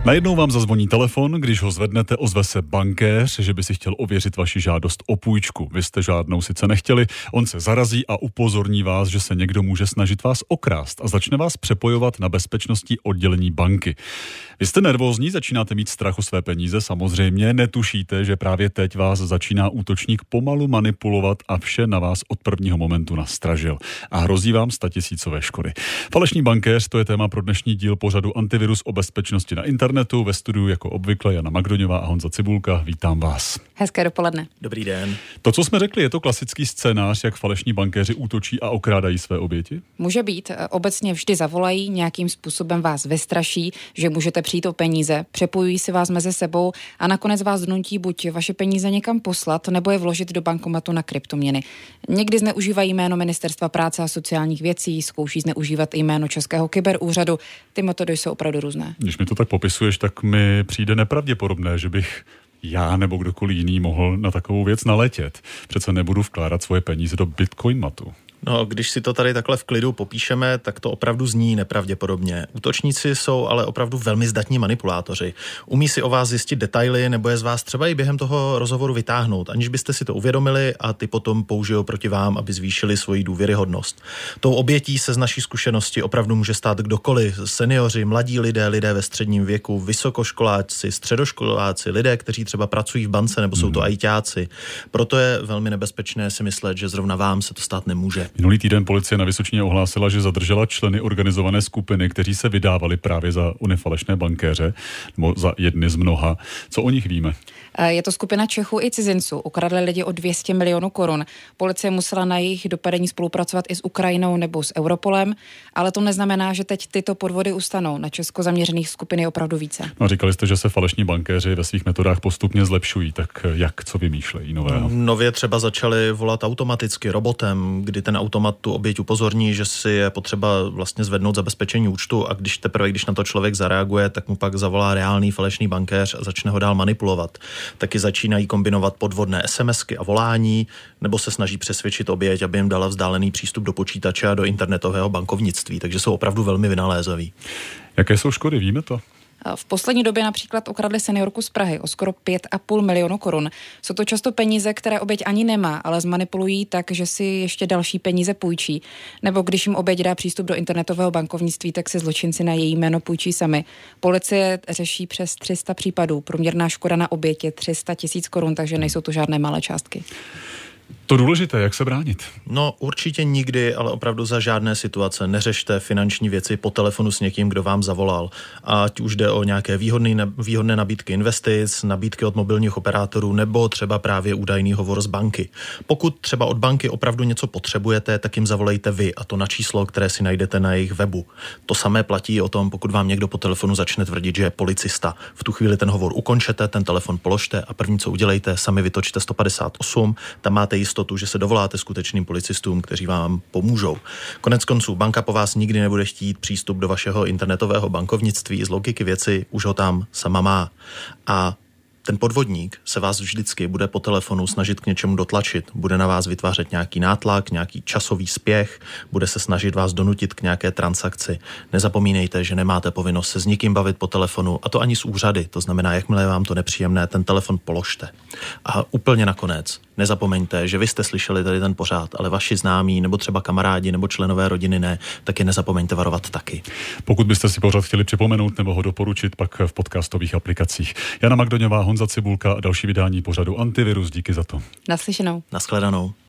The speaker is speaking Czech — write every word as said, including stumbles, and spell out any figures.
Najednou vám zazvoní telefon, když ho zvednete, ozve se bankéř, že by si chtěl ověřit vaši žádost o půjčku. Vy jste žádnou sice nechtěli, on se zarazí a upozorní vás, že se někdo může snažit vás okrást a začne vás přepojovat na bezpečnostní oddělení banky. Vy jste nervózní, začínáte mít strach o své peníze, samozřejmě netušíte, že právě teď vás začíná útočník pomalu manipulovat a vše na vás od prvního momentu nastražil. A hrozí vám statisícové škody. Falešný bankéř, to je téma pro dnešní díl pořadu Antivirus o bezpečnosti na internetu. Ve studiu jako obvykle Jana Magdoňová a Honza Cibulka. Vítám vás. Hezké dopoledne. Dobrý den. To, co jsme řekli, je to klasický scénář, jak falešní bankéři útočí a okrádají své oběti? Může být. Obecně vždy zavolají, nějakým způsobem vás vystraší, že můžete přijít o peníze, přepojují si vás mezi sebou a nakonec vás donutí buď vaše peníze někam poslat, nebo je vložit do bankomatu na kryptoměny. Někdy zneužívají jméno Ministerstva práce a sociálních věcí, zkouší zneužívat i jméno Českého kyberúřadu. Ty metody jsou opravdu různé. Když mi to tak popisuješ, tak mi přijde nepravděpodobné, že bych já nebo kdokoliv jiný mohl na takovou věc naletět. Přece nebudu vkládat svoje peníze do Bitcoin matu. No, když si to tady takhle v klidu popíšeme, tak to opravdu zní nepravděpodobně. Útočníci jsou ale opravdu velmi zdatní manipulátoři. Umí si o vás zjistit detaily nebo je z vás třeba i během toho rozhovoru vytáhnout, aniž byste si to uvědomili, a ty potom použijou proti vám, aby zvýšili svoji důvěryhodnost. Tou obětí se z naší zkušenosti opravdu může stát kdokoliv. Seniori, mladí lidé, lidé ve středním věku, vysokoškoláci, středoškoláci, lidé, kteří třeba pracují v bance nebo jsou to ajťáci. Proto je velmi nebezpečné si myslet, že zrovna vám se to stát nemůže. Minulý týden policie na Vysočině ohlásila, že zadržela členy organizované skupiny, kteří se vydávali právě za ony falešné bankéře, nebo za jedny z mnoha. Co o nich víme? Je to skupina Čechů i cizinců. Ukradli lidi o dvě stě milionů korun. Policie musela na jejich dopadení spolupracovat i s Ukrajinou nebo s Europolem, ale to neznamená, že teď tyto podvody ustanou. Na Česko zaměřených skupin je opravdu více. No, říkali jste, že se falešní bankéři ve svých metodách postupně zlepšují, tak jak, co vymýšlejí nového? Nově třeba začali volat automaticky robotem, kdy ten automat tu oběť upozorní, že si je potřeba vlastně zvednout zabezpečení účtu, a když teprve, když na to člověk zareaguje, tak mu pak zavolá reálný falešný bankéř a začne ho dál manipulovat. Taky začínají kombinovat podvodné SMSky a volání, nebo se snaží přesvědčit oběť, aby jim dala vzdálený přístup do počítače a do internetového bankovnictví, takže jsou opravdu velmi vynalézaví. Jaké jsou škody, víme to? V poslední době například okradli seniorku z Prahy o skoro pět a půl milionu korun. Jsou to často peníze, které oběť ani nemá, ale zmanipulují tak, že si ještě další peníze půjčí. Nebo když jim oběť dá přístup do internetového bankovnictví, tak si zločinci na její jméno půjčí sami. Policie řeší přes tři sta případů. Průměrná škoda na oběť je tři sta tisíc korun, takže nejsou to žádné malé částky. To důležité, jak se bránit? No určitě nikdy, ale opravdu za žádné situace neřešte finanční věci po telefonu s někým, kdo vám zavolal. Ať už jde o nějaké výhodné, výhodné nabídky investic, nabídky od mobilních operátorů nebo třeba právě údajný hovor z banky. Pokud třeba od banky opravdu něco potřebujete, tak jim zavolejte vy, a to na číslo, které si najdete na jejich webu. To samé platí o tom, pokud vám někdo po telefonu začne tvrdit, že je policista. V tu chvíli ten hovor ukončete, ten telefon položte a první, co udělejte, sami vytočte sto padesát osm, tam máte jistotu, že se dovoláte skutečným policistům, kteří vám pomůžou. Konec konců, banka po vás nikdy nebude chtít přístup do vašeho internetového bankovnictví, z logiky věci už ho tam sama má. A ten podvodník se vás vždycky bude po telefonu snažit k něčemu dotlačit, bude na vás vytvářet nějaký nátlak, nějaký časový spěch, bude se snažit vás donutit k nějaké transakci. Nezapomínejte, že nemáte povinnost se s nikým bavit po telefonu, a to ani z úřady, to znamená, jakmile je vám to nepříjemné, ten telefon položte. A úplně nakonec, nezapomeňte, že vy jste slyšeli tady ten pořád, ale vaši známí, nebo třeba kamarádi, nebo členové rodiny ne, tak je nezapomeňte varovat taky. Pokud byste si pořád chtěli připomenout nebo ho doporučit, pak v podcastových aplikacích. Jana Magdoňová, Honza Cibulka a další vydání pořadu Antivirus. Díky za to. Naslyšenou. Nashledanou.